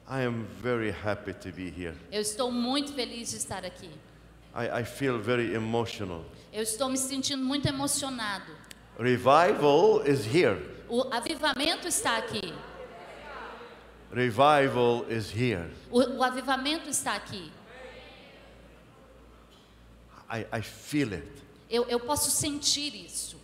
I am very happy to be here. Eu estou muito feliz de estar aqui. I feel very emotional. Eu estou me sentindo muito emocionado. Revival is here. O avivamento está aqui. Revival is here. O avivamento está aqui. I feel it. Eu posso sentir isso.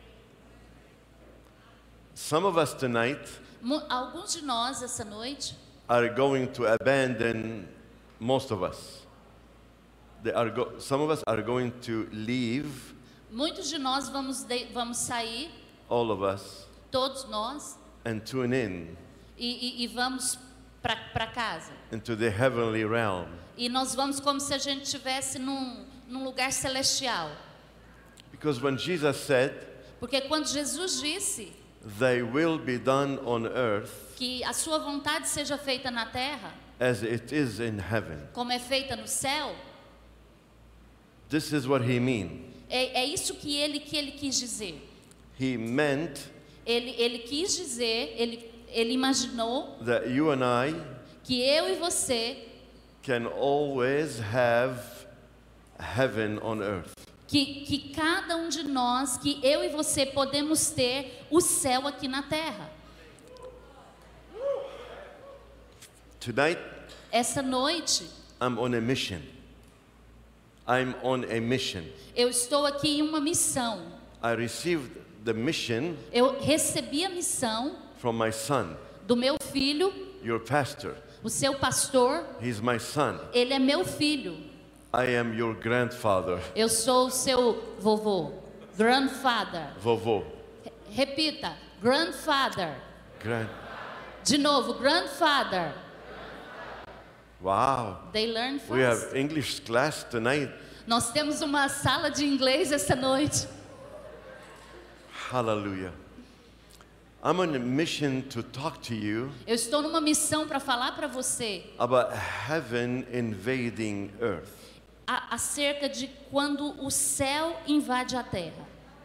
Some of us tonight Alguns de nós essa noite are going to abandon most of us. Some of us are going to leave, muitos de nós vamos sair, all of us, todos nós, and tune in e vamos para casa. into the heavenly realm. E nós vamos como se a gente estivesse num lugar celestial. Because when Jesus said, Porque quando Jesus disse "Thy will be done on earth que a sua vontade seja feita na terra, as it is in heaven," como é feita no céu, this is what he means. é isso que ele quis dizer. He meant Ele quis dizer, ele imaginou that you and I que eu e você, can always have heaven on earth. que cada um de nós, que eu e você podemos ter o céu aqui na terra. Tonight, Essa noite, I'm on a mission. I'm on a mission. eu estou aqui em uma missão. I received the mission Eu recebi a missão from my son, do meu filho, your pastor. o seu pastor, He's my son. ele é meu filho. I am your grandfather. Eu sou o seu vovô, grandfather. Vovô. Repita, grandfather. De novo, grandfather. Wow. They learn We fast. have English class tonight. Nós temos uma sala de inglês essa noite. Hallelujah. I'm on a mission to talk to you Eu estou numa missão para falar para você about heaven invading earth. acerca de quando o céu invade a terra.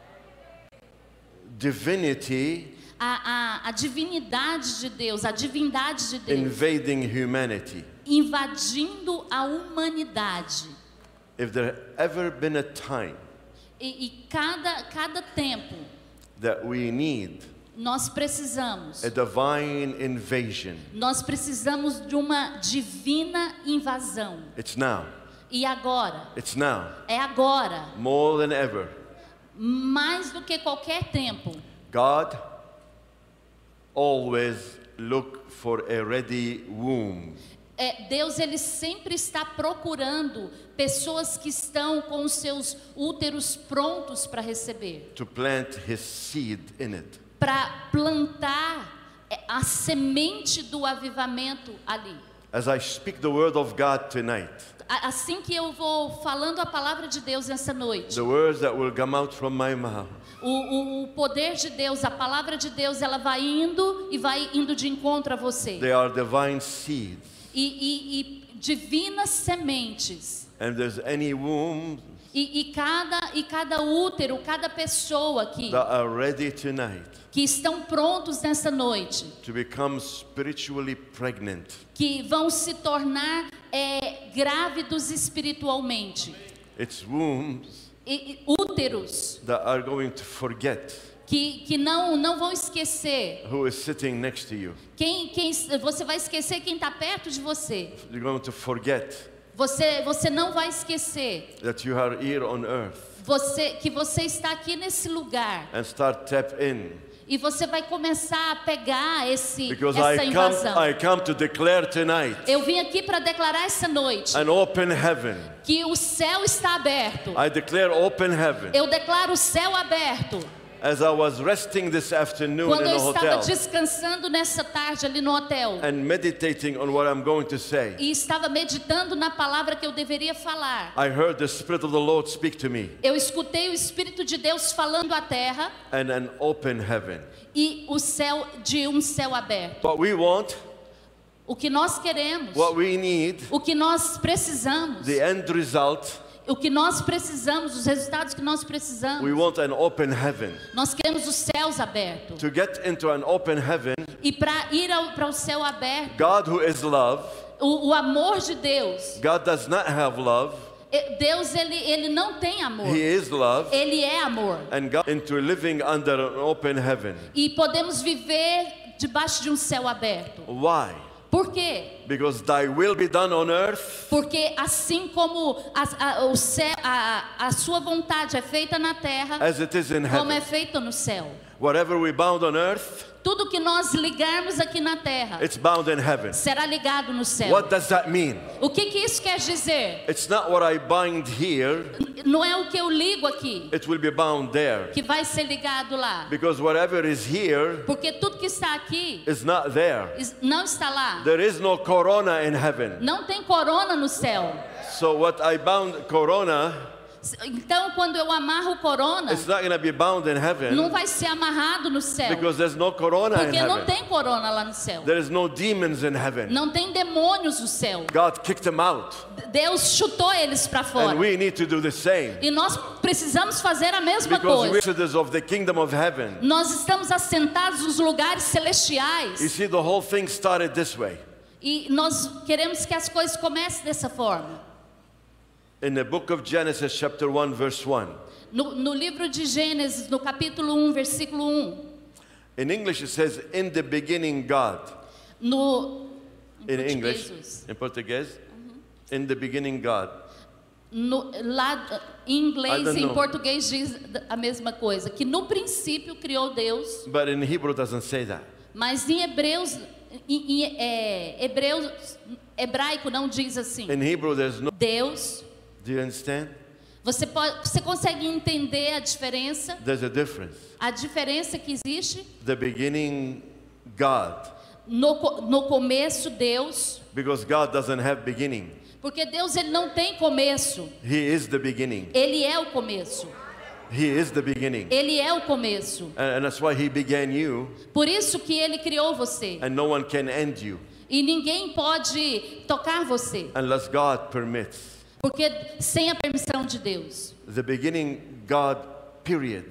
Divinity A divinidade de Deus, a divindade de Deus invading humanity. invadindo a humanidade. If there ever been a time E cada tempo that we need nós precisamos. a divine invasion, Nós precisamos de uma divina invasão. it's now. E agora? It's now. É agora. More than ever. Mais do que qualquer tempo. God always look for a ready womb. Deus ele sempre está procurando pessoas que estão com os seus úteros prontos para receber. To plant his seed in it. Para plantar a semente do avivamento ali. As I speak the word of God tonight, Assim que eu vou falando a palavra de Deus essa noite, the words that will come out from my mouth, o poder de Deus, a palavra de Deus, ela vai indo de encontro a você. they are divine seeds. E divinas sementes. And there's any womb E cada útero, cada pessoa aqui that are ready tonight que estão prontos nessa noite, to become spiritually pregnant, que vão se tornar grávidos espiritualmente, it's wombs úteros that are going to forget que não vão esquecer who is sitting next to you. você vai esquecer quem está perto de você. You're going to forget Você não vai esquecer that you are here on earth que você está aqui nesse lugar. and start tap in. E você vai começar a pegar Because essa invasão. I come to declare tonight Eu vim aqui para declarar essa noite an open heaven. que o céu está aberto. I declare open heaven. Eu declaro o céu aberto. As I was resting this afternoon Quando in eu a estava hotel descansando nessa tarde ali no hotel and meditating on what I'm going to say, e estava meditando na palavra que eu deveria falar, I heard the Spirit of the Lord speak to me eu escutei o Espírito de Deus falando à terra and an open heaven. e um céu aberto. What we want, O que nós queremos, what we need, o que nós precisamos the end result O que nós precisamos, os resultados que nós precisamos. We want an open heaven. Nós queremos os céus abertos. To get into an open heaven, E para ir para o céu aberto, God who is love, o amor de Deus. God does not have love. Deus, ele não tem amor. He is love. Ele é amor. And God into living under an open heaven. E podemos viver debaixo de um céu aberto. Why? Por quê? Because thy will be done on earth Porque assim como a sua vontade é feita na terra, as it is in como é heaven. feita no céu. Whatever we bound on earth, Tudo que nós ligarmos aqui na terra it's bound in heaven. será ligado no céu. What does that mean? O que isso quer dizer? It's not what I bind here, Não é o que eu ligo aqui it will be bound there. que vai ser ligado lá. Because whatever is here Porque tudo que está aqui is not there. não está lá. There is no corona in heaven. Não tem corona no céu. So what I bound corona, Então, quando eu amarro o corona, it's not going to be bound in heaven não vai ser amarrado no céu. because there's no corona in Porque não heaven. tem corona lá no céu. There is no demons in heaven. Não tem demônios no céu. God kicked them out. Deus chutou eles para fora. And we need to do the same. E nós precisamos fazer a mesma Because we're coisa. citizens of the kingdom of heaven. Nós estamos assentados nos lugares You celestiais. see, the whole thing started this way. E nós queremos que as coisas comecem dessa forma. In the book of Genesis, chapter 1, verse 1. No livro de Gênesis, no capítulo 1, versículo 1. In English, it says, in the beginning, God. No In English, português, in Portuguese, in the beginning, God. lá em I inglês don't e em know. português diz a mesma coisa, que no princípio criou Deus, But in Hebrew, it doesn't say that. mas em Hebreus, hebraico não diz assim. In Hebrew, there's no. Deus, Do you understand? você consegue entender a diferença? There's a difference. A diferença que existe The beginning, God. no começo Deus, Because God doesn't have beginning. porque Deus ele não tem começo, He is the beginning. ele é o começo. He is the beginning. Ele é o começo. And that's why He began you, Por isso que ele criou você. and no one can end you E ninguém pode tocar você, unless God permits. porque sem a permissão de Deus. The beginning, God, period.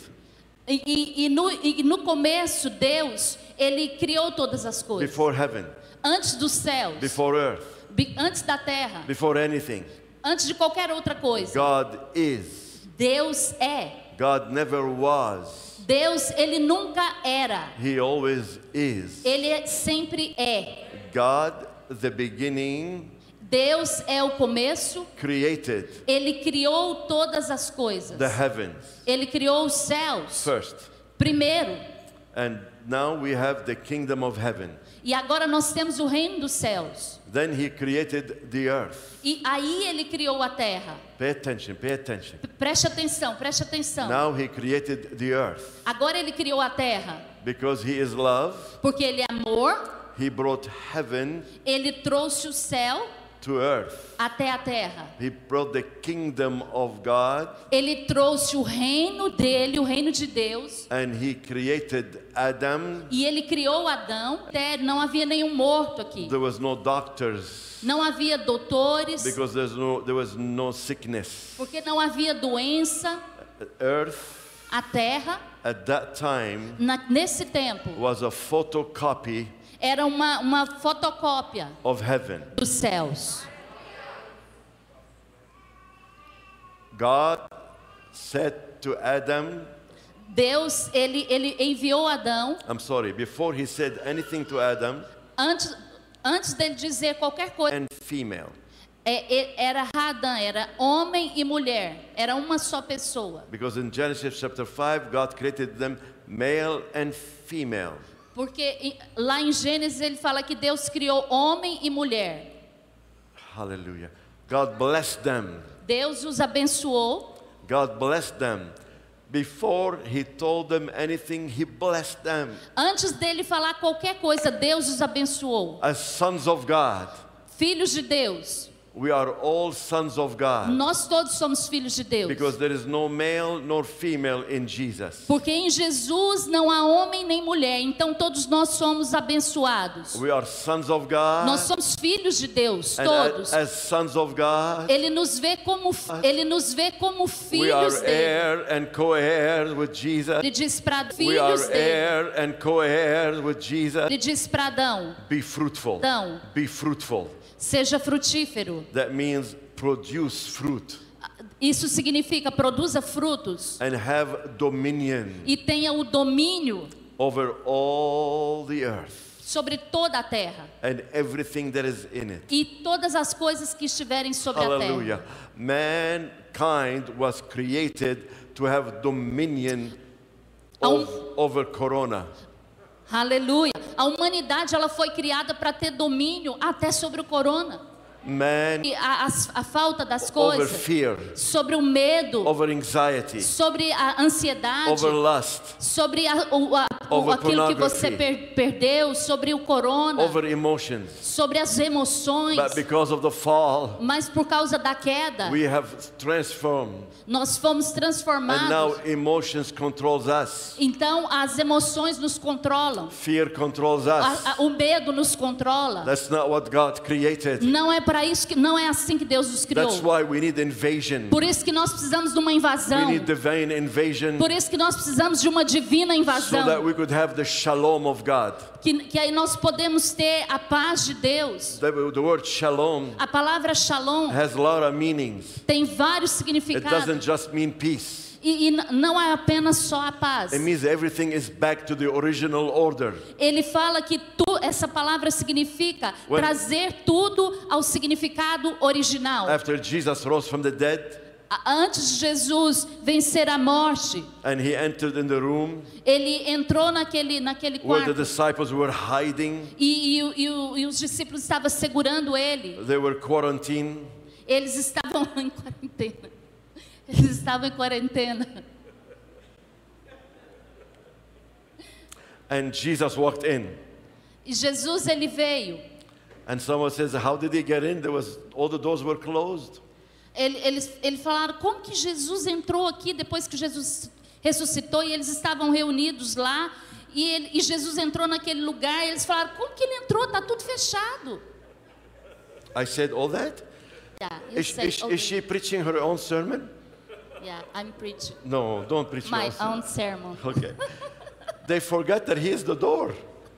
E no começo Deus, ele criou todas as coisas. Before heaven, Antes dos céus, before earth, antes da terra, before anything, antes de qualquer outra coisa. God is. Deus é. God never was. Deus, ele nunca era. He always is. Ele sempre é. God, the beginning, Deus é o começo. created Ele criou todas as coisas. the heavens Ele criou os céus first. primeiro. And now we have the kingdom of heaven. E agora nós temos o reino dos céus. Then He created the earth. E aí ele criou a terra. Pay attention, pay attention. Preste atenção, preste atenção. Now He created the earth. Agora ele criou a terra. Because He is love, Porque ele é amor. He brought heaven Ele trouxe o céu to earth. até a terra. He brought the kingdom of God, Ele trouxe o reino dele, o reino de Deus. and He created Adam. E ele criou Adão. Não havia nenhum morto aqui. There was no doctors Não havia doutores. because there was no sickness. Porque não havia doença. Earth A terra, at that time nesse tempo, was a photocopy era uma fotocópia of heaven. dos céus. God said to Adam, Deus, ele enviou Adão. I'm sorry, before He said anything to Adam, Antes dele dizer qualquer coisa, and female. era Adão, era homem e mulher, era uma só pessoa. Because in Genesis chapter 5, God created them male and female. Porque lá em Gênesis ele fala que Deus criou homem e mulher. Hallelujah. God blessed them. Deus os abençoou. God blessed them. Before He told them anything, He blessed them. Antes dele falar qualquer coisa, Deus os abençoou. As sons of God, Filhos de Deus. We are all sons of God. Nós todos somos filhos de Deus. Because there is no male nor female in Jesus. Porque em Jesus não há homem nem mulher, então todos nós somos abençoados. We are sons of God. Nós somos filhos de Deus, And todos. as sons of God, Ele nos vê como we are filhos dele. heir and co-heirs with Jesus. Ele diz para We are filhos dele. heir and co-heirs with Jesus. Ele diz para Adão: Be fruitful. Adão, Be fruitful. seja frutífero. That means produce fruit Isso significa produza frutos and have dominion e tenha o domínio over all the earth sobre toda a terra and everything that is in it. e todas as coisas que estiverem sobre a Hallelujah. terra. Mankind was created to have dominion over corona. Aleluia. A humanidade ela foi criada para ter domínio até sobre o corona. Man E a falta das over coisas, fear, sobre o medo, over anxiety, sobre a ansiedade, over lust, sobre over aquilo que você pornography, perdeu, sobre o corona, over emotions. sobre as emoções. But because of the fall, Mas por causa da queda, we have transformed. nós fomos And transformados. now emotions controls us. Então as emoções nos controlam. Fear controls us. O medo nos controla. That's not what God created. Não é para isso que não é assim que Deus nos criou. That's why we need invasion. Por isso que nós precisamos de uma We invasão. need divine invasion Por isso que nós precisamos de uma divina so invasão. that we could have the shalom of God. Que aí nós podemos ter a paz de Deus. The word shalom A palavra shalom has a lot of meanings. tem vários It significados. doesn't just mean peace. E não é apenas só a paz. It means everything is back to the original order. Ele fala que essa palavra significa trazer tudo ao significado original. After Jesus rose from the dead Antes de Jesus vencer a morte, and he entered in the room ele entrou naquele where the quarto disciples were hiding, e os discípulos estavam segurando ele. they were quarantined. Eles estavam em quarentena. Eles estavam em quarentena. And Jesus walked in. E Jesus ele veio. And someone says, how did he get in? All the doors were closed. Eles falaram, como que Jesus entrou aqui depois que Jesus ressuscitou e eles estavam reunidos lá e Jesus entrou naquele lugar e eles falaram, como que ele entrou? Está tudo fechado. I said all that? Yeah, you said, okay. Is she preaching her own sermon? Yeah, I'm preaching No, don't preach your my own sermon. own sermon. Okay. They forgot that he is the door.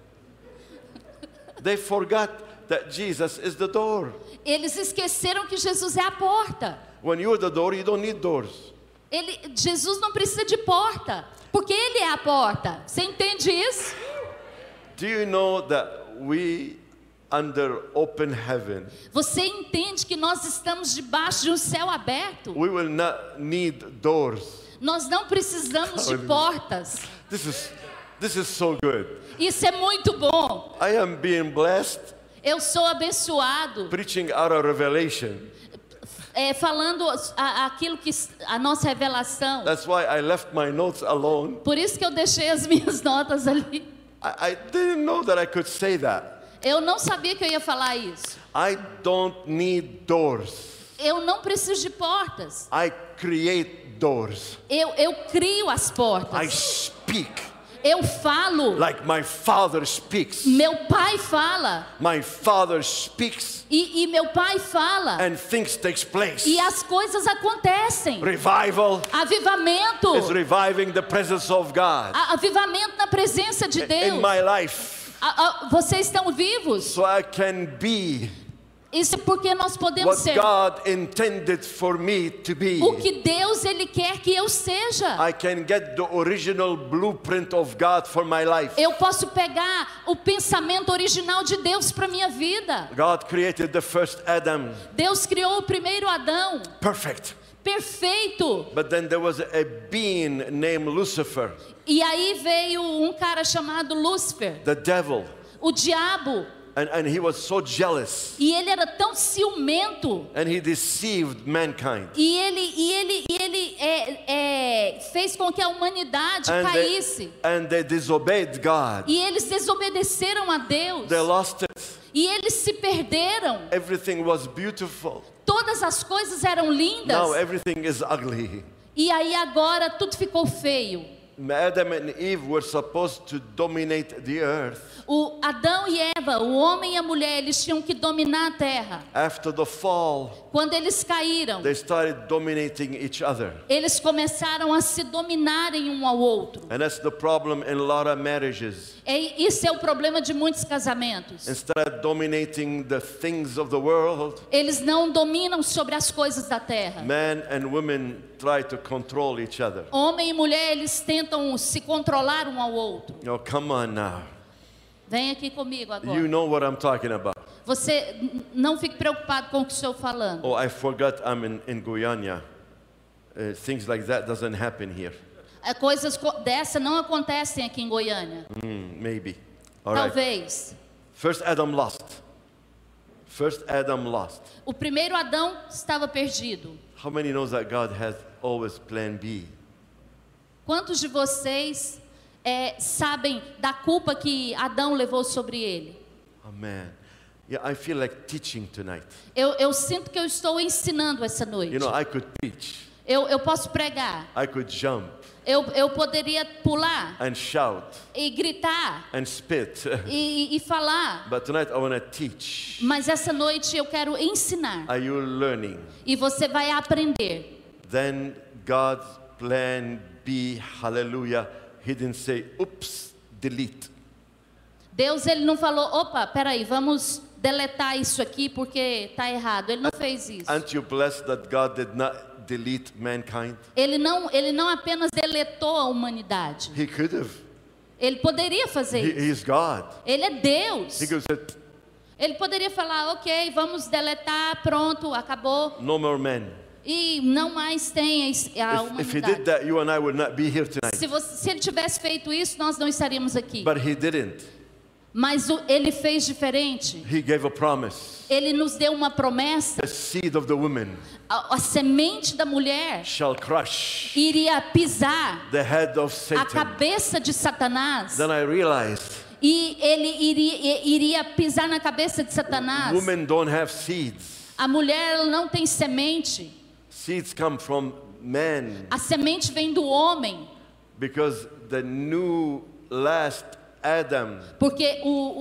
They forgot that Jesus is the door. Eles esqueceram que Jesus é a porta. When you're the door, you don't need doors. Jesus não precisa de porta, porque ele é a porta. Você entende isso? Do you know that we under open heaven, Você entende que nós estamos debaixo de um céu aberto? we will not need doors. Nós não precisamos de portas. This is so good. Isso é muito bom. I am being blessed, Eu sou abençoado, preaching out of revelation. falando aquilo que a nossa revelação. That's why I left my notes alone. Por isso que eu deixei as minhas notas ali. I didn't know that I could say that. Eu não sabia que eu ia falar isso. I don't need doors. Eu não preciso de portas. I create doors. Eu crio as I portas. speak Eu falo. like my Father speaks. Meu pai fala. My Father speaks E meu pai fala. and things takes place. E as coisas acontecem. Revival Avivamento. is reviving the presence of God Avivamento na presença de in Deus. my life. Vocês estão vivos. So I can be Isso é porque nós podemos what ser God intended for me to be. o que Deus ele quer que eu seja. I can get the original blueprint of God for my life. Eu posso pegar o pensamento original de Deus para minha vida. God created the first Adam, Deus criou o primeiro Adão, perfect. perfeito. But then there was a being named Lucifer, E aí veio um cara chamado Lúcifer, the devil, o diabo. and he was so jealous, E ele era tão ciumento. and he deceived mankind. E ele fez com que a humanidade caísse. And they disobeyed God. E eles desobedeceram a Deus. They lost it. E eles se perderam. Everything was beautiful. Todas as coisas eram lindas. Now everything is ugly. E aí agora tudo ficou feio. Adam and Eve were supposed to dominate the earth. O Adão e Eva, o homem e a mulher, eles tinham que dominar a terra. After the fall, Quando eles caíram, they started dominating each other. eles começaram a se dominarem um ao outro. And that's the problem in a lot of marriages. Isso é o problema de muitos casamentos. Instead of dominating the things of the world, Eles não dominam sobre as coisas da terra. men and women try to control each other. Homem e mulher, eles tentam se controlar um ao outro. Oh, come on now. Vem aqui comigo agora. You know what I'm talking about. Você não fique preocupado com o que estou falando. Oh, I forgot I'm in Guyana. Things like that doesn't happen here. Coisas dessa não acontecem aqui em Goiânia. Maybe. All right. Talvez. First Adam lost. First Adam lost. O primeiro Adão estava perdido. How many knows that God has always plan B? Quantos de vocês sabem da culpa que Adão levou sobre ele? Oh man. Yeah, I feel like teaching tonight. Eu sinto que eu estou ensinando essa noite. You know, I could preach. Eu posso pregar. I could jump Eu poderia pular and shout e gritar and spit. e falar. But tonight I want to teach. Mas essa noite eu quero ensinar. Are you learning? E você vai aprender. Then God's plan B, hallelujah, he didn't say, oops, delete. Deus, ele não falou, opa, peraí, vamos deletar isso aqui porque está errado. Ele não fez isso. Aren't you blessed that God did not delete mankind? Ele não apenas deletou a humanidade. He could have. Ele poderia fazer isso. He's God. Ele é Deus. He could have said, Ele poderia falar, ok, vamos deletar, pronto, acabou. no more men. E não mais tem a If he humanidade. did that, you and I would not be here tonight. Se ele tivesse feito isso, nós não estaríamos aqui. But he didn't. Mas ele fez diferente. He gave a promise. Ele nos deu uma promessa. The seed of the woman A semente da mulher shall crush iria pisar the head of a Satan. cabeça de Satanás. Then I realized E ele iria pisar na cabeça de Satanás. women don't have seeds. A mulher ela não tem semente. Seeds come from men A semente vem do homem. because the new last Adam Porque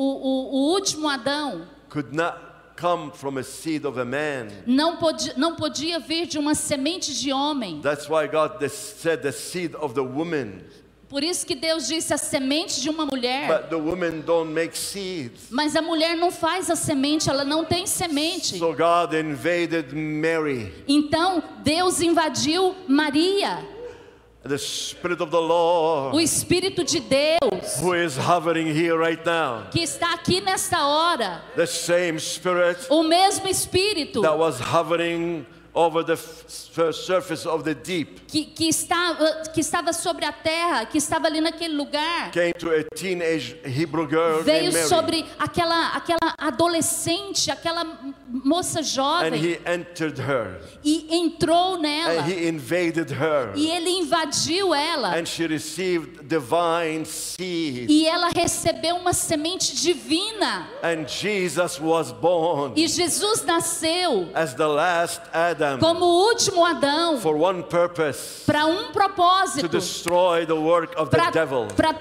o último Adão could not come from a seed of a man. não podia vir de uma semente de homem. That's why God said the seed of the woman. Por isso que Deus disse a semente de uma mulher. But the women don't make seeds. Mas a mulher não faz a semente, ela não tem semente. So God invaded Mary. Então Deus invadiu Maria. The Spirit of the Lord, O Espírito de Deus who is hovering here right now. que está aqui nesta hora. The same Spirit O mesmo Espírito that was hovering over the surface of the deep que estava sobre a terra, que estava ali naquele lugar, came to a teenage Hebrew girl veio named Mary. sobre aquela adolescente, aquela moça And jovem he entered her. e entrou nela. And he invaded her. E ele invadiu ela. And she received divine seed. E ela recebeu uma semente divina. And Jesus was born E Jesus nasceu as the last Adam como o último Adão for one purpose, para um to propósito, destroy the work of the devil. para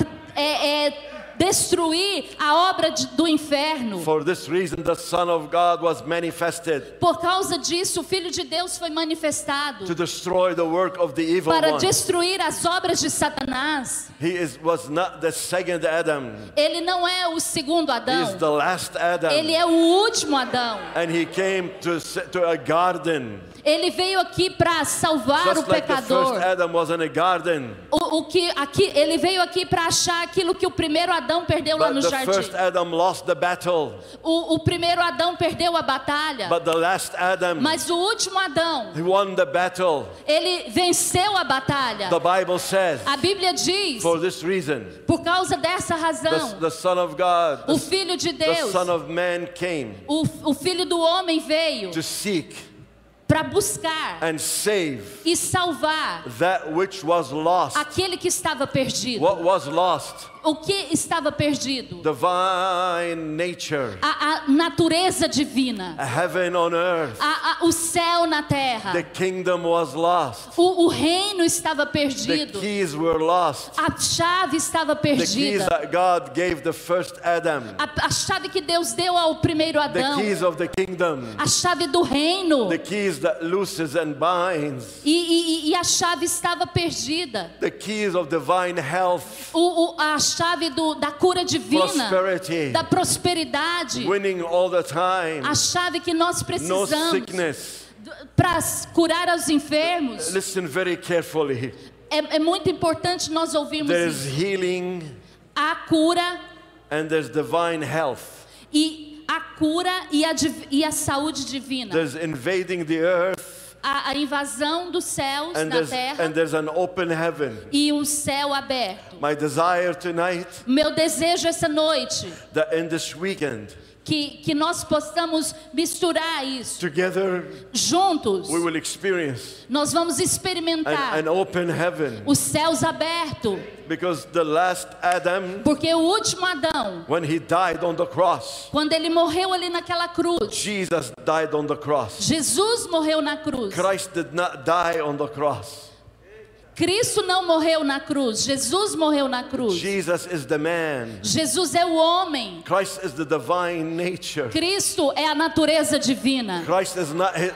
destruir a obra do inferno. For this reason the Son of God was manifested, Por causa disso, o Filho de Deus foi manifestado to destroy the work of the evil para one. destruir as obras de Satanás. Was not the second Adam. Ele não é o segundo He is Adão. the last Adam. Ele é o último Adão. And he came to a garden. Ele veio aqui para salvar Just o like the first pecador. Adam was in a garden. Ele veio aqui para achar aquilo que o primeiro Adão perdeu lá But no the jardim. first Adam lost the battle. O primeiro Adão perdeu a batalha. But the last Adam, Mas o último Adão, he won the battle. ele venceu a batalha. The Bible says, A Bíblia diz, for this reason, por causa dessa razão, the Son of God, o Filho de the Deus, Son of Man came o Filho do Homem veio to seek para buscar and save e salvar that which was lost. aquele que estava perdido. What was lost? O que estava perdido? Divine nature. A natureza divina. Heaven on earth. O céu na terra. The kingdom was lost. O reino estava The perdido. keys were lost. A chave estava The keys perdida. that God gave the first Adam. A chave que Deus deu ao primeiro The Adão. keys of the kingdom. A chave do reino. The keys that looses and binds. E a chave estava perdida. The keys of divine health. A chave da cura divina. Prosperity. Da prosperidade. Winning all the time. A chave que nós No precisamos sickness. para curar os enfermos. Listen very carefully. É muito importante nós ouvirmos There's isso. healing A cura and there's divine health. e a cura e a saúde divina. There's invading the earth A invasão dos céus na terra and there's an open heaven. e o céu aberto. My desire tonight Meu desejo essa noite that in this weekend que nós possamos misturar isso. together Juntos, we will experience nós vamos experimentar an open heaven, os céus abertos. because the last Adam, Porque o último Adão, when he died on the cross, quando ele morreu ali naquela cruz, Jesus died on the cross. Jesus morreu na cruz. Christ did not die on the cross. Cristo não morreu na cruz, Jesus morreu na cruz. Jesus is the man. Jesus é o homem. Christ is the divine nature. Cristo é a natureza divina. Christ is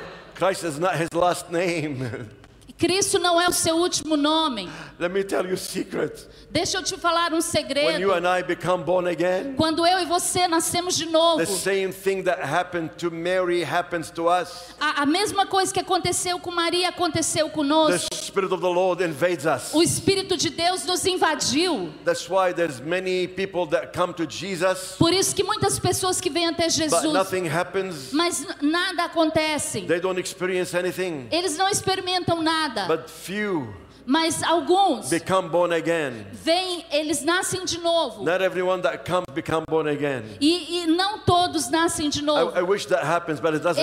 not his last name. Cristo não é o seu último nome. Let me tell you a secret. Deixa eu te falar um When segredo. you and I become born again, Quando eu e você nascemos de novo, the same thing that happened to Mary happens to us. a mesma coisa que aconteceu com Maria aconteceu The conosco. Spirit of the Lord invades us. O Espírito de Deus nos invadiu. That's why there's many people that come to Jesus, Por isso que muitas pessoas que vêm até but Jesus, nothing happens. mas nada acontece. They don't experience anything. Eles não experimentam nada. But few Mas alguns become born again. vêm, eles nascem de novo. Not everyone that comes become born again. E não todos nascem de novo. I wish that happens, but it doesn't.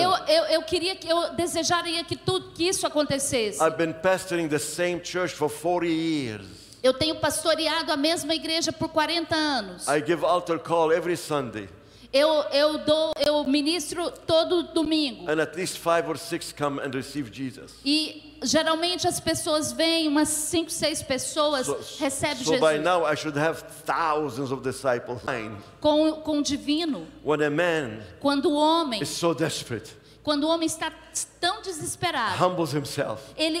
Eu desejaria que isso acontecesse. I've been pastoring the same church for 40 years. Eu tenho pastoreado a mesma igreja por 40 anos. I give altar call every Sunday, Eu ministro todo domingo. and at least 5 or 6 come and receive Jesus. E geralmente as pessoas vêm, umas 5, 6 pessoas recebem So by Jesus now I should have thousands of disciples. com o divino. When a man Quando o homem is so desperate, Quando o homem está tão desesperado, humbles himself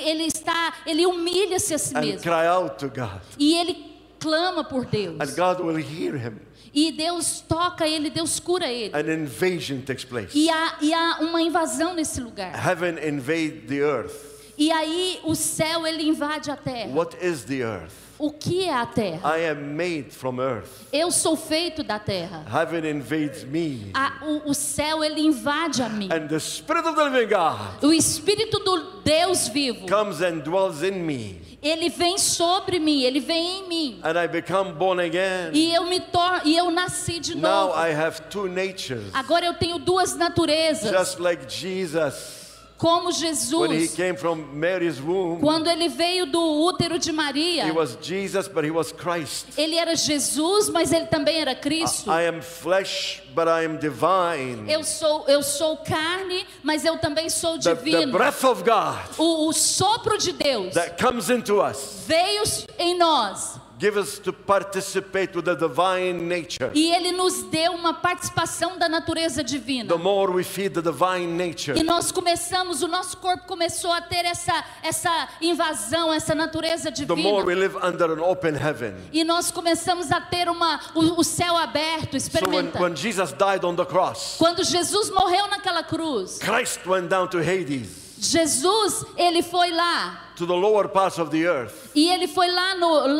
ele humilha-se a si and mesmo. cry out to God, E ele clama por Deus. and God will hear him. E Deus toca ele, Deus cura ele. An invasion takes place. E há uma invasão nesse lugar. Heaven invade the earth. E aí o céu ele invade a terra. What is the earth? O que é a terra? I am made from earth. Eu sou feito da terra. Heaven invades me. O céu ele invade a mim. And the Spirit of the living God O Espírito do Deus vivo, comes and dwells in me. ele vem sobre mim, ele vem em mim. And I become born again. E eu nasci de Now novo. I have two natures. Agora eu tenho duas naturezas. Just like Jesus, Como when he Jesus, came from Mary's womb, quando ele veio do útero de Maria, he was Jesus, but he was Christ. ele era Jesus, mas ele também era Cristo. I am flesh, but I am divine. Eu sou carne, mas eu também sou The divino. breath of God O sopro de Deus that comes into us veio em nós gives us to participate with the divine nature. e ele nos deu uma participação da natureza divina. The more we feed the divine nature, E nós o nosso corpo começou a ter essa invasão, essa natureza the more we divina. live under an open heaven. E nós começamos a ter o céu aberto, So experimentando. when Jesus died on the cross, Quando Jesus morreu naquela cruz, Christ went down to Hades, Jesus, ele foi lá. to the lower parts of the earth. E ele foi lá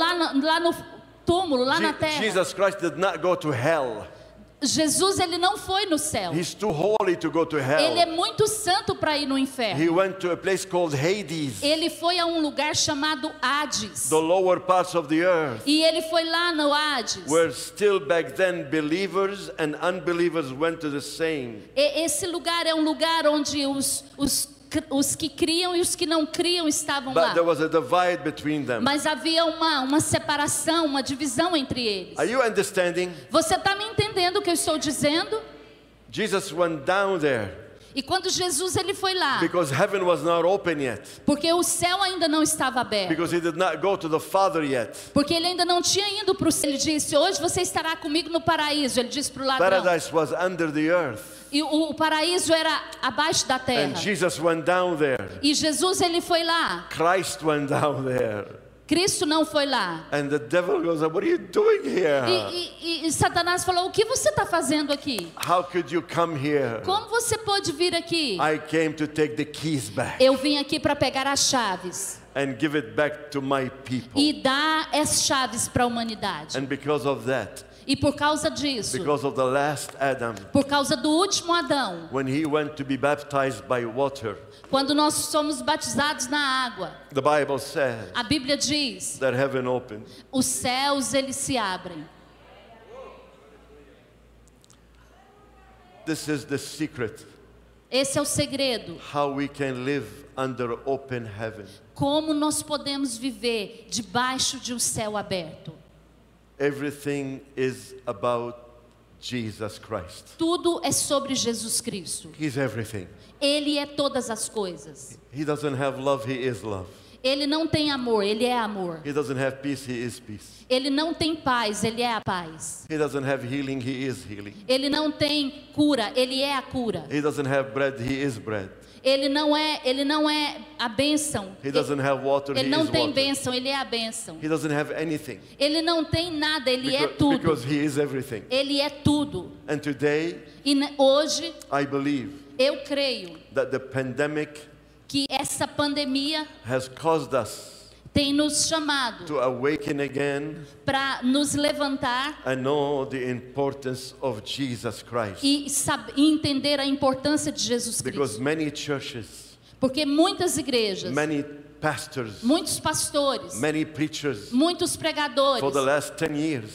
no túmulo, lá na terra. Jesus Christ did not go to hell. Jesus, ele não foi no céu. He's too holy to go to Ele é hell. muito santo para ir no inferno. He went to a place called Hades, Ele foi a um lugar chamado Hades. the lower parts of the earth, E ele foi lá no Hades. where still back then believers and unbelievers went to the same. Esse lugar é um lugar onde os os que criam e os que não criam estavam lá. But there was a divide between them. Mas havia uma separação, uma divisão entre eles. Are you understanding? Você está me entendendo o que eu estou dizendo? Jesus went down there E quando Jesus ele foi lá, because heaven was not open yet. porque o céu ainda não estava aberto, Because he did not go to the Father yet. porque ele ainda não tinha ido para o céu. Ele disse: hoje você estará comigo no paraíso. Ele disse para o ladrão. Paradise was under the earth. E o paraíso era abaixo da terra. And Jesus went down there. E Jesus ele foi lá. Christ went down there. Cristo não foi lá. And the devil goes, what are you doing here? E Satanás falou: o que você está fazendo aqui? How could you come here? Como você pôde vir aqui? I came to take the keys back Eu vim aqui para pegar as chaves and give it back to my people. e dar as chaves para a humanidade. And because of that, E por causa disso, because of the last Adam, por causa do último Adão, when he went to be baptized by water, quando nós somos batizados na água, the Bible says a Bíblia diz: that heaven opened. os céus eles se abrem. This is the secret, Esse é o segredo. how we can live under open heaven. Como nós podemos viver debaixo de um céu aberto? Everything is about Jesus Christ. Tudo é sobre Jesus Cristo. He's everything. Ele é todas as coisas. He doesn't have love, he is love. Ele não tem amor, ele é amor. He doesn't have peace, he is peace. Ele não tem paz, ele é a paz. He doesn't have healing, he is healing. Ele não tem cura, ele é a cura. He doesn't have bread, he is bread. Ele não é a bênção. He doesn't have water, Ele he não is tem water. bênção, ele é a bênção. He doesn't have anything Ele não tem nada, ele é tudo. because he is everything. Ele é tudo. And today, E hoje I believe eu creio that the pandemic que essa pandemia has caused us tem nos chamado to awaken again para nos levantar and know the importance of Jesus Christ. e entender a importância de Jesus Because Cristo. many churches, Porque muitas igrejas, many pastors, muitos pastores, many preachers, muitos pregadores for the last 10 years,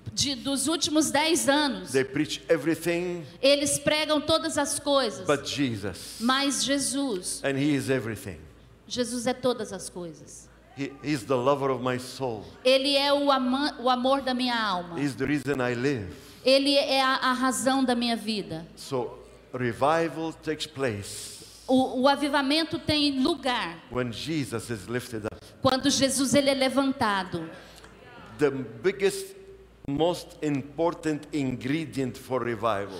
dos últimos 10 anos, they preach everything eles pregam todas as coisas, but Jesus. mas Jesus And he is everything. Jesus é todas as coisas. He's the lover of my soul. Ele é o amor da minha alma. He's the reason I live. Ele é a razão da minha vida. So revival takes place O avivamento tem lugar when Jesus is lifted up. quando Jesus ele é levantado. The biggest, most important ingredient for revival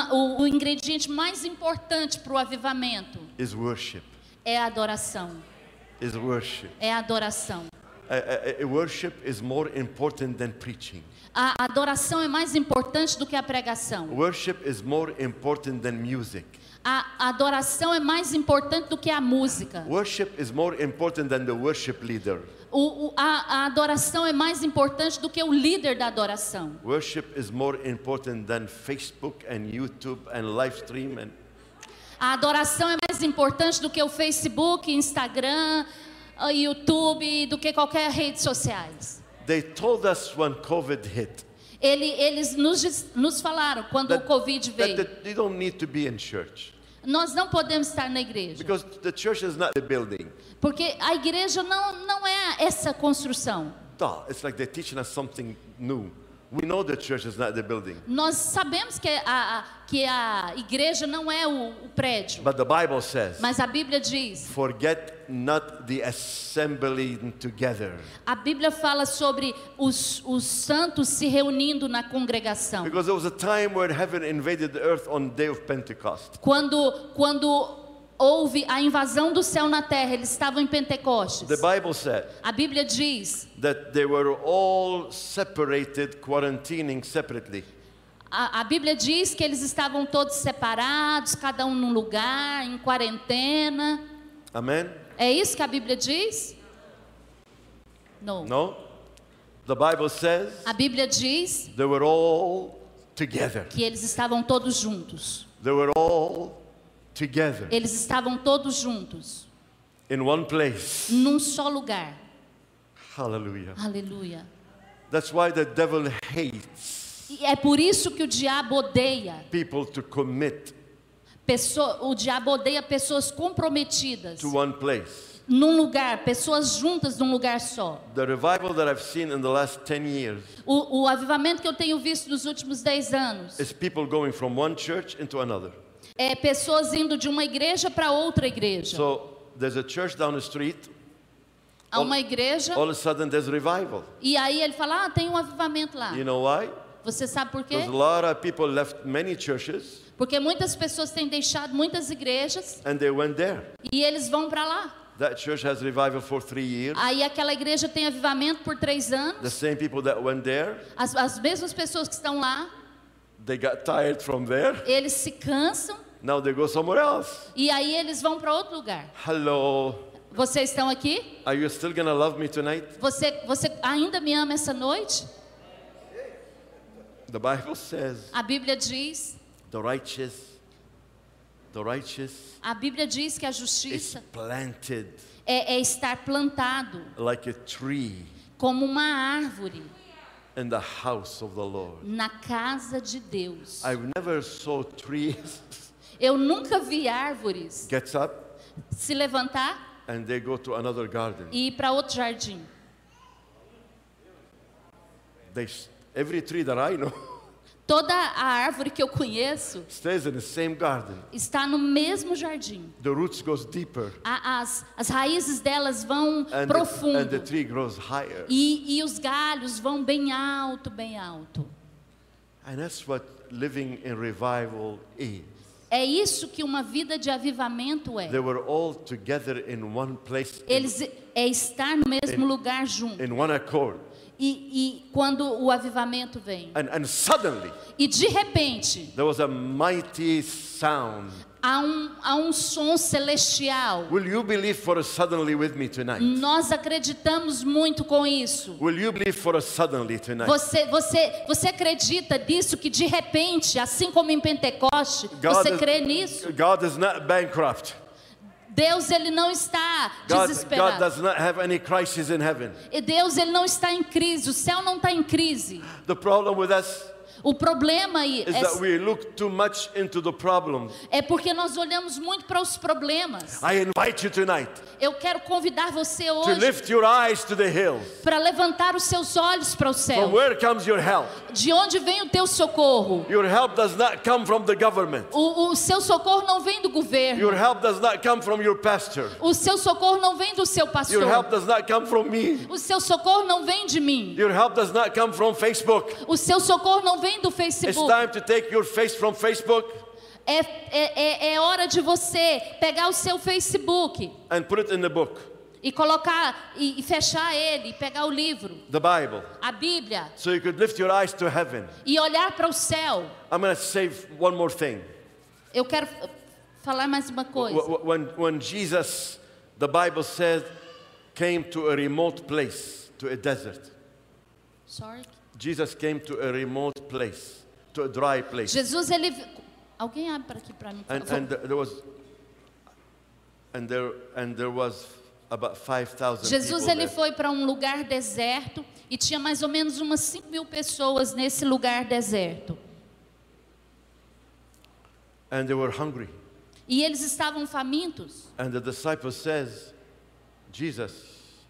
O ingrediente mais importante para o avivamento is worship. é a adoração. Is worship. É a adoração. Worship is more important than preaching. A adoração é mais importante do que a pregação. Worship is more important than music. A adoração é mais importante do que a música. Worship is more important than the worship leader. A adoração é mais importante do que o líder da adoração. Worship is more important than Facebook and YouTube and live stream and A adoração é mais importante do que o Facebook, Instagram, YouTube, do que qualquer rede sociais. they told us when COVID hit Eles nos falaram quando o Covid veio. that they don't need to be in church Nós não podemos estar na igreja. because the church is not the building. Porque a igreja não é essa construção. It's like they're teaching us something new. We know the church is not the building. Nós sabemos que a igreja não é o prédio. But the Bible says, Mas a Bíblia diz, forget not the assembling together. a Bíblia fala sobre os santos se reunindo na congregação. Because there was a time where heaven invaded the earth on the day of Pentecost. Quando houve a invasão do céu na terra, eles estavam em Pentecostes. The Bible said A Bíblia diz, that they were all separated, quarantining separately. a Bíblia diz que eles estavam todos separados, cada um num lugar, em quarentena. Amen? É isso que a Bíblia diz? Não. No? The Bible says A Bíblia diz they were all together. que eles estavam todos juntos. They were all together Eles estavam todos juntos, in one place. num só lugar. Hallelujah. Aleluia. That's why the devil hates E é por isso que o diabo odeia people to commit O diabo odeia pessoas comprometidas to one place. num lugar, pessoas juntas num lugar só. The revival that I've seen in the last 10 years O avivamento que eu tenho visto nos últimos 10 anos is people going from one church into another. é pessoas indo de uma igreja para outra igreja. So there's a church down the street. Há uma igreja All of a sudden there's revival. e aí ele fala, tem um avivamento lá. You know why? Você sabe por quê? Because a lot of people left many churches Porque muitas pessoas têm deixado muitas igrejas and they went there. e eles vão para lá. That church has revival for 3 years. Aí aquela igreja tem avivamento por 3 The anos. same people that went there, As mesmas pessoas que estão lá, they got tired from there. eles se cansam Now they go somewhere else. e aí eles vão para outro lugar. Hello. Vocês estão aqui? Are you still gonna love me tonight? Você ainda me ama essa noite? The Bible says A Bíblia diz, a Bíblia diz que a is justiça planted é estar plantado like a tree como uma árvore in the house of the Lord. na casa de Deus. I've never saw trees Eu nunca vi árvores get up se levantar and they go to another garden. e ir para outro jardim. Every tree that I know Toda a árvore que eu conheço stays in the same garden. está no mesmo jardim. The roots goes deeper As raízes delas vão and profundo the tree grows higher. e os galhos vão bem alto, bem alto. And that's what living in revival is. É isso que uma vida de avivamento é. They were all together in one place, É estar no mesmo lugar junto. in one accord. E quando o avivamento vem. And suddenly, E de repente, there was a mighty sound. há um som celestial. Will you believe for a suddenly with me tonight? Nós acreditamos muito com isso. Will you believe for a suddenly tonight? Você acredita nisso, que de repente, assim como em Pentecoste, você crê nisso? God is not bankrupt. Deus, ele não está God desesperado. does not have any crisis in heaven. E Deus, ele não está em crise. O céu não está em crise. The problem with us O problema aí is that we look too much into the problem. é porque nós olhamos muito para os problemas. I invite you tonight Eu quero convidar você to hoje lift your eyes to the hills. para levantar os seus olhos para o céu. From where comes your help? De onde vem o teu socorro? Your help does not come from the government. O seu socorro não vem do governo. Your help does not come from your pastor. O seu socorro não vem do seu pastor. Your help does not come from me. O seu socorro não vem de mim. Your help does not come from Facebook. O seu socorro não vem do It's Facebook. time to take your face from Facebook É hora de você pegar o seu Facebook and put it in the book, e colocar e fechar ele, e pegar o livro, the Bible, a Bíblia, so you could lift your eyes to heaven. e olhar para o céu. I'm going to say one more thing. Eu quero falar mais uma coisa. When Jesus, the Bible said, came to a remote place, to a desert. Sorry. Jesus came to a remote place, to a dry place. Jesus, ele... Alguém abre para aqui para mim, por favor. And there was about 5,000 Jesus, people ele there. foi para um lugar deserto e tinha mais ou menos umas 5.000 pessoas nesse lugar deserto. And they were hungry. E eles estavam famintos. And the disciple says, Jesus,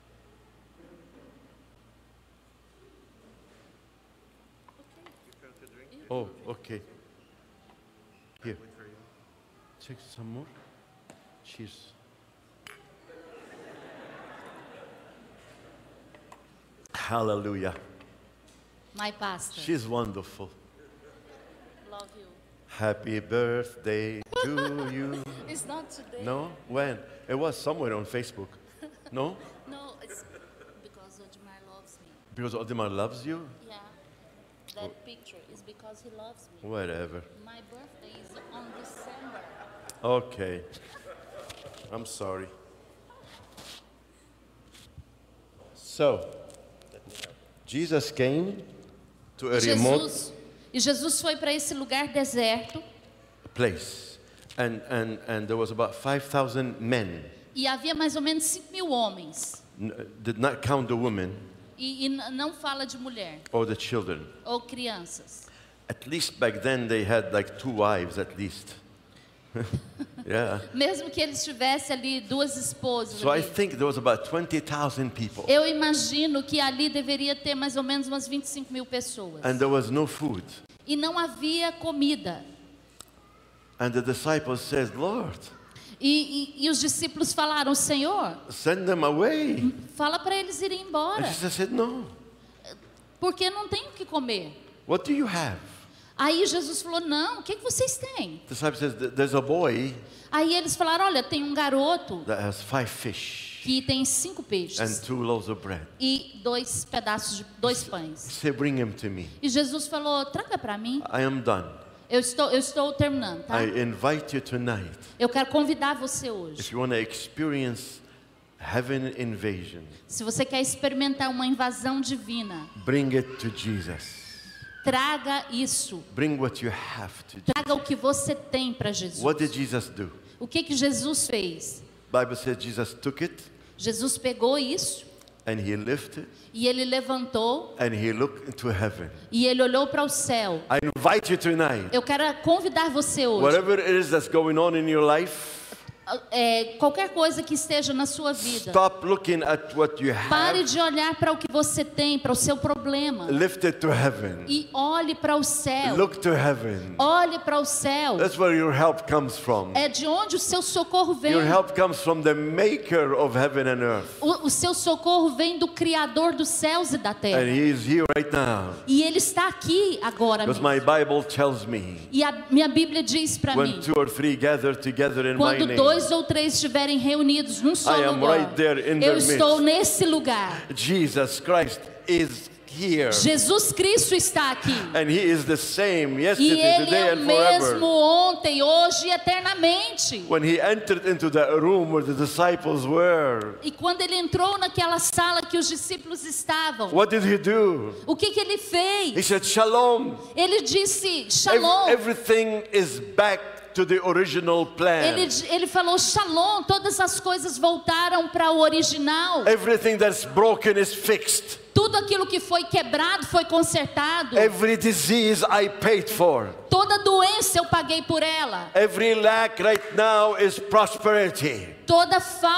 oh, okay. Here. Take some more. Cheers. Hallelujah. My pastor. She's wonderful. Love you. Happy birthday to you. It's not today. No? When? It was somewhere on Facebook. No? No, it's because Odmar loves me. Because Odimar loves you? Yeah. That picture is because he loves me. Whatever. My birthday is on December. Okay. I'm sorry. So, Jesus came to a remote Jesus foi para esse lugar deserto. place. And there was about 5,000 men. E havia mais ou menos 5.000 homens. Did not count the women E não fala de mulher or the children. ou crianças. At least back then they had like 2 wives at least. Yeah. Mesmo que eles tivessem ali 2 esposas. So I Ali. think there was about 20,000 people. Eu imagino que ali deveria ter mais ou menos umas 25.000 pessoas. And there was no food. E não havia comida. And the disciples said, Lord, E os discípulos falaram, Senhor, send them away. fala para eles irem embora. And Jesus said, no. Porque não tem o que comer. What do you have? Aí Jesus falou, não, o que vocês têm? The disciple says, there's a boy Aí eles falaram, olha, tem um garoto that has 5 fish que tem 5 peixes and 2 loaves of bread. e 2 pedaços de 2 pães. Say, bring him to me. E Jesus falou, traga para mim. I am done. Eu estou terminando, tá? I invite you tonight. Eu quero convidar você hoje. If you want to experience heaven invasion, Se você quer experimentar uma invasão divina, bring it to Jesus. traga isso. Bring what you have to Jesus. Traga o que você tem para Jesus. What did Jesus do? O que Jesus fez? Bible says Jesus took it Jesus pegou isso and he lifted e ele levantou and he looked into heaven. e ele olhou para o céu. I invite you tonight. Eu quero convidar você hoje. Whatever it is that's going on in your life, Qualquer coisa que esteja na sua vida, stop looking at what you pare have. de olhar para o que você tem, para o seu problema, Lift it to heaven. e olhe para o céu. Look to heaven. Olhe para o céu. That's where your help comes from. É de onde o seu socorro vem. Your help comes from the maker of heaven and earth. O seu socorro vem do Criador dos céus e da And terra. he is here right now. E ele está aqui agora Because mesmo. my Bible tells me, E a minha Bíblia diz para when mim, 2 or 3 gather together in my quando name, 2 ou 3 estiverem reunidos num só I am lugar, right there in eu their estou midst. nesse lugar. Jesus Christ is here. Jesus Cristo está aqui. And he is the same E yesterday, ele today é o and mesmo forever. ontem, hoje e eternamente. When he entered into that room where the disciples were, E quando ele entrou naquela sala que os discípulos estavam, what did he do? o que ele He fez? said, Shalom. Ele disse, Shalom. Everything is back to the original plan. Ele falou, Shalom, todas as coisas voltaram para o original. Everything that's broken is fixed. Tudo aquilo que foi quebrado foi consertado. Every disease I paid for. Toda doença eu paguei por ela. Every lack right now is prosperity. Toda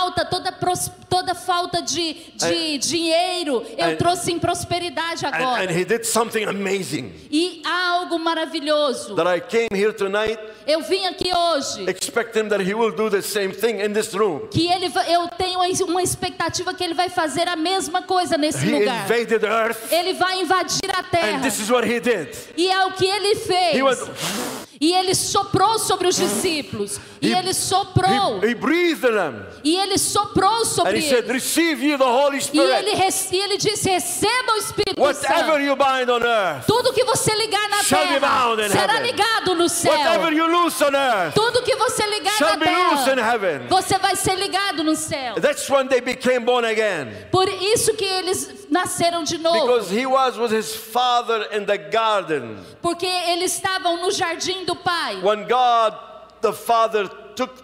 falta de dinheiro eu trouxe em prosperidade agora. And he did something amazing. E há algo maravilhoso. That I came here tonight Eu vim aqui hoje expecting that he will do the same thing in this room. que eu tenho uma expectativa que ele vai fazer a mesma coisa nesse He lugar. invaded earth, Ele vai invadir a and terra. this is what he did. E é o que ele fez. He went, E ele soprou sobre os discípulos. E ele soprou. he breathed in them. E ele soprou And sobre he said, eles. receive ye the Holy E Spirit. ele disse, receba o Espírito Whatever Santo. you bind on earth, Tudo que você ligar na shall be bound terra in será heaven. ligado no céu. whatever you loose on earth, Tudo que você ligar shall na be loose in terra, heaven. você vai ser ligado no céu. That's when they became born again. Por isso que eles nasceram de novo. Because he was with his father in the garden. Porque eles estavam no jardim do Pai. When God, the Father, took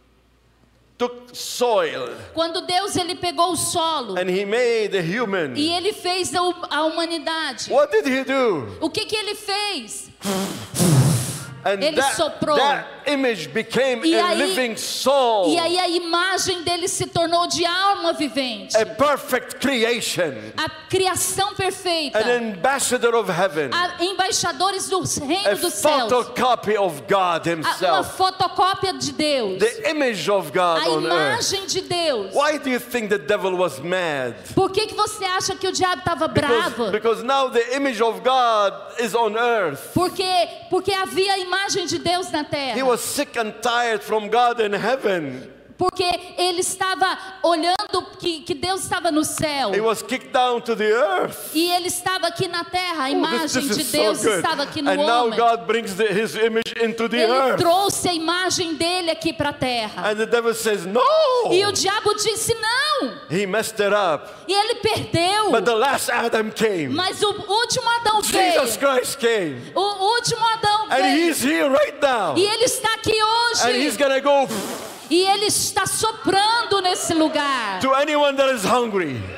soil Quando Deus ele pegou o solo and he made the human. e ele fez a humanidade. What did he do? O que ele fez? And Ele soprou. that image became E a aí- living soul. E aí a imagem dele se tornou de alma vivente. A perfect creation. A criação perfeita. An ambassador of heaven. Embaixadores do A reino dos céus. photocopy of God Uma himself. fotocópia de Deus. The image of God A on earth. imagem de Deus. Why do you think the devil was mad? Por que você acha que o diabo estava bravo? Because now the image of God is on earth. Porque havia a imagem de Deus na He terra. was sick and tired from God in heaven. Porque ele estava olhando que Deus estava no céu. He was kicked down to the earth. E ele estava aqui na terra. A Oh, imagem this de is Deus so good. estava aqui no And now homem. God brings his image into the Ele earth. trouxe a imagem dele aqui para a terra. And the devil says, no. E o diabo disse não. He messed it up. E ele perdeu. But the last Adam came. Mas o último Adão veio. Jesus Christ came. O último Adão And veio. he's here right now. E ele está aqui And he's hoje. going to go E ele está soprando nesse lugar. to anyone that is hungry. Todo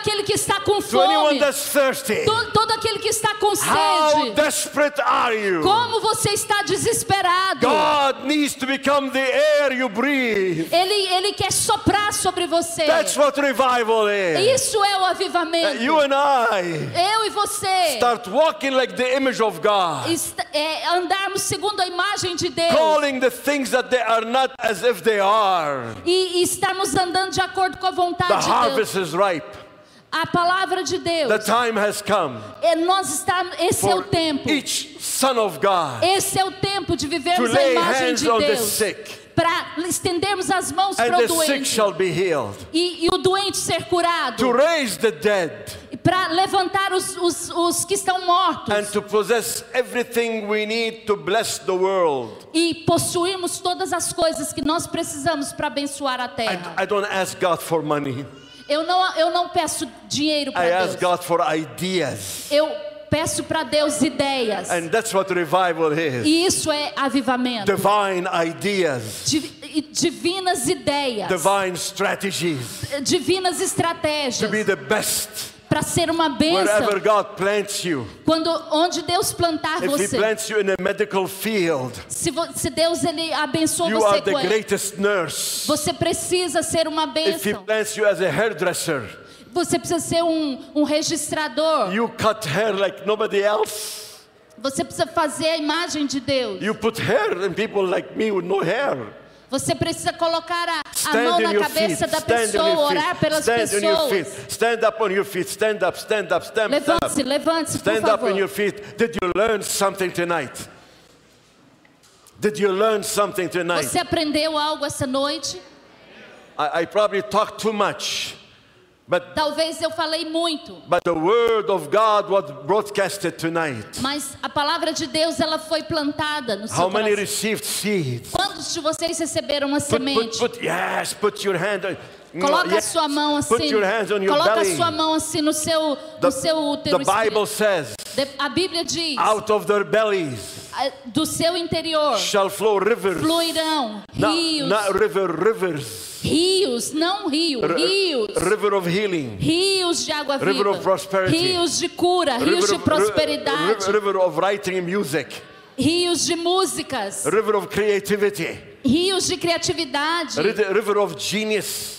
aquele que está com To anyone fome, that's thirsty, todo aquele que está com how sede, desperate are you? como você está desesperado. God needs to become the air you breathe. Ele quer soprar sobre você. That's what revival is. Isso é o avivamento. You and I Eu e você start walking like the image of God, andarmos segundo a imagem de Deus. calling the things that they are not as if they are. E estarmos andando de acordo com a vontade The de Deus. harvest is ripe. A palavra de Deus. The time has come Esse é o for tempo. each son of God Esse é o tempo de to vivermos a lay imagem hands de on the Deus. sick, Para estendermos as mãos and para o the sick doente. shall be healed. E o doente ser curado. To raise the dead, Para levantar os que estão mortos. and to possess everything we need to bless the world. E possuirmos todas as coisas que nós precisamos para abençoar a terra. I don't ask God for money. Eu não peço dinheiro I para ask Deus. God for ideas. Eu peço para Deus ideias. And that's what revival is. E isso é avivamento. Divine ideas, Divinas ideias. divine strategies Divinas to be estratégias. the best Para ser uma wherever bênção. God plants you. Onde Deus plantar If He você. plants you in a medical field, Se Deus ele abençoa you você are the com ele. greatest nurse. Você precisa ser uma If He bênção. plants you as a hairdresser, Você precisa ser um registrador. you cut hair like nobody else. Você precisa fazer a imagem de Deus. You put hair in people like me with no hair. Você precisa colocar a Stand mão on na your feet. cabeça da Stand on pessoa, your orar feet. pelas Stand on your pessoas. feet. Stand up on your feet. Stand up, stand up, stand up. Levante-se, levante-se, por Stand up on your favor. feet. Did you learn something tonight? Did you learn something tonight? Você aprendeu algo essa noite? I probably talked too much, but Talvez eu falei muito, the word of God was broadcasted tonight. mas a palavra de Deus ela foi plantada no seu How many coração. received seeds? Quantos de vocês receberam uma semente? Put your hand on. Coloca a Yes. sua mão assim. Put your hands on your Coloca belly. a sua mão assim no seu útero. The Bible says, A Bíblia diz, out of their bellies do seu interior shall flow rivers. fluirão rios. Not rivers. Rios, não rio, rios. River of healing. Rios de água River viva. of prosperity. Rios de cura, rios de prosperidade. River of writing music. Rios de músicas. River of creativity. Rios de criatividade. River of genius.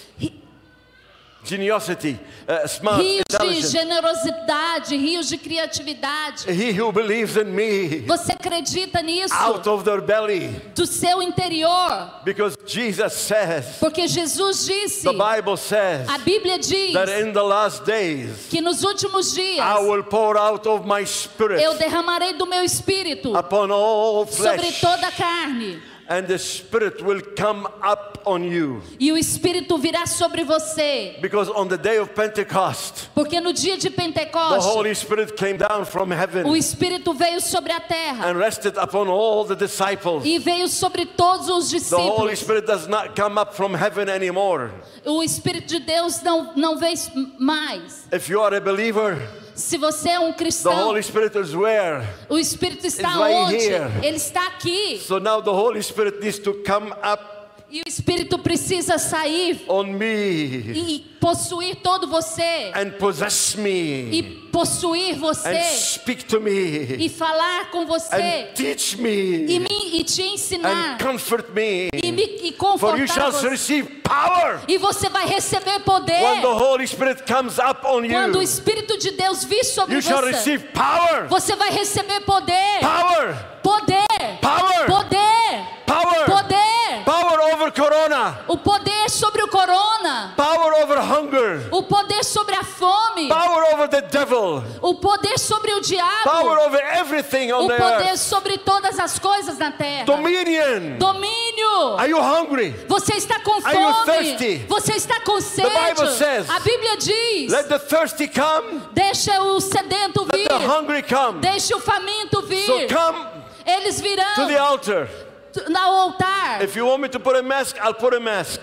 Geniosity. Smart, Rios de intelligent. generosidade, rios de criatividade. He who believes in me, Você acredita nisso? out of their belly. Do seu interior. Because Jesus says, Porque Jesus disse, the Bible says, a Bíblia diz that in the last days que nos últimos dias I will pour out of my spirit eu derramarei do meu espírito upon all sobre flesh, toda a carne. and the Spirit will come up on you. E o Espírito virá sobre você. Because on the day of Pentecost, Porque no dia de the Pentecostes, Holy Spirit came down from o heaven Espírito veio sobre a terra and rested upon all the disciples. e veio sobre todos os The Holy discípulos. Spirit does not come up from heaven anymore. O Espírito de Deus não veio mais. If you are a believer, Se você é um the cristão, Holy Spirit is where? o Espírito está It's right onde? here. Ele está aqui. So now the Holy Spirit needs to come up E o Espírito precisa sair on me e possuir todo você. and possess me E possuir and você. speak to me E falar com você. and teach me E te ensinar. and comfort me. E For you shall confortar você. receive power E você vai receber poder. when the Holy Spirit comes up on Quando o you. Espírito de Deus vir sobre You shall você. receive power. Você vai receber poder. Power. Poder. Power. Poder. Power. Poder. Power over corona. O poder sobre o corona. Power over hunger. O poder sobre a fome. Power over the devil. O poder sobre o diabo. Power over everything on O the poder earth. sobre todas as coisas na terra. Dominion. Domínio. Are you hungry? Você está com Are you fome. thirsty? Você está com sede. Bible says, A Bíblia diz: Let the thirsty come. deixa o sedento Let vir. the hungry come. Deixa o faminto vir. So come Eles virão to the altar. no altar. If you want me to put a mask, I'll put a mask.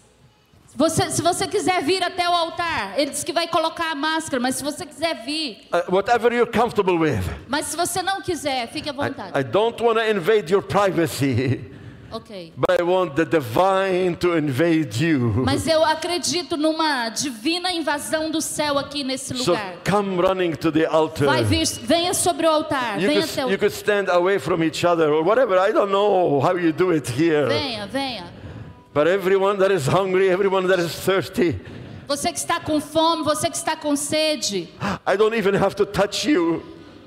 Se você quiser vir até o altar, ele diz que vai colocar a máscara, mas se você quiser vir, Whatever you're comfortable with. mas se você não quiser, fique à vontade. I don't want to invade your privacy. Ok. But I want the divine to invade you. Mas eu acredito numa divina invasão do céu aqui nesse So lugar. come running to the altar. Venha sobre o altar. Venha até You could stand away from each other or whatever. I don't know how you do it here. Venha. But everyone that is hungry, everyone that is thirsty, Você que está com fome, você que está com sede. I don't even have to touch you.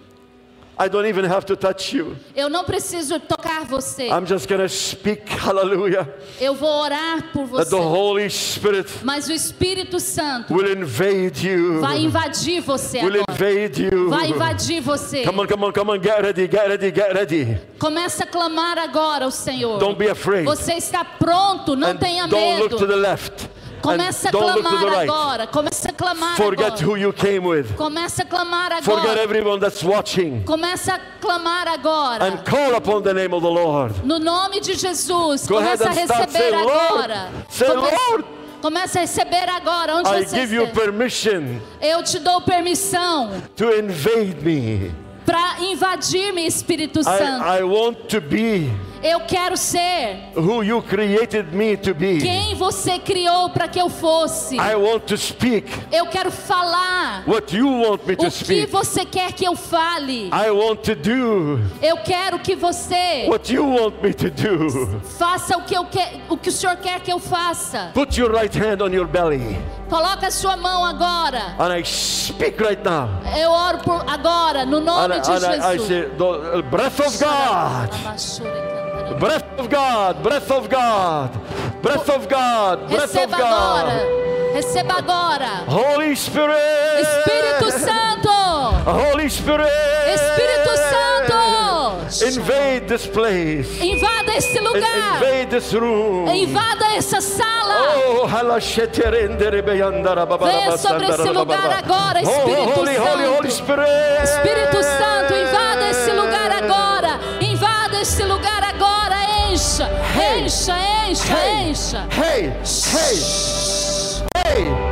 I don't even have to touch you. Eu não preciso tocar você. I'm just going to speak, hallelujah. Eu vou orar por That você. the Holy Spirit Mas o Espírito Santo will invade you. vai invadir você Will agora. invade you. Vai invadir você. Come on. Get ready. Começa a clamar agora ao Senhor. Don't be afraid. Você está pronto, não And tenha don't look to medo. the left. Começa a And don't look to the clamar right. agora. Começa a clamar Forget agora. who you came with. Começa a clamar Forget agora. everyone that's watching. Começa a clamar agora. And call upon the name of the Lord. No nome de Jesus. Go ahead Começa a and start receber saying, Lord. agora. Say, Lord. Começa a receber agora. Onde I você give you estiver. permission Eu te dou permissão to invade me. para invadir-me, Espírito Santo. I want to be Eu quero ser who you created me to be. quem você criou para que eu fosse. I want to speak Eu quero falar what you want me to o que speak. você quer que eu fale. I want to do Eu quero que você what you want me to do. faça o que o Senhor quer que eu faça. Put your right hand on your belly. Coloca a sua mão agora. And I speak right now. Eu oro por agora no nome de I Jesus. say, the breath of God. Breath of God, breath of God, breath of God, breath of Receba agora. God. Receba agora. Holy Spirit. Espírito Santo. Holy Spirit. Espírito Santo. Invade this place. Invada esse lugar. Invade this room. Invada essa sala. Oh, Venha sobre esse lugar agora, Espírito Holy Santo. Spirit. Espírito Santo, invada esse lugar agora. Invada esse lugar agora. Encha, encha, encha, encha. Hey, hey, hey.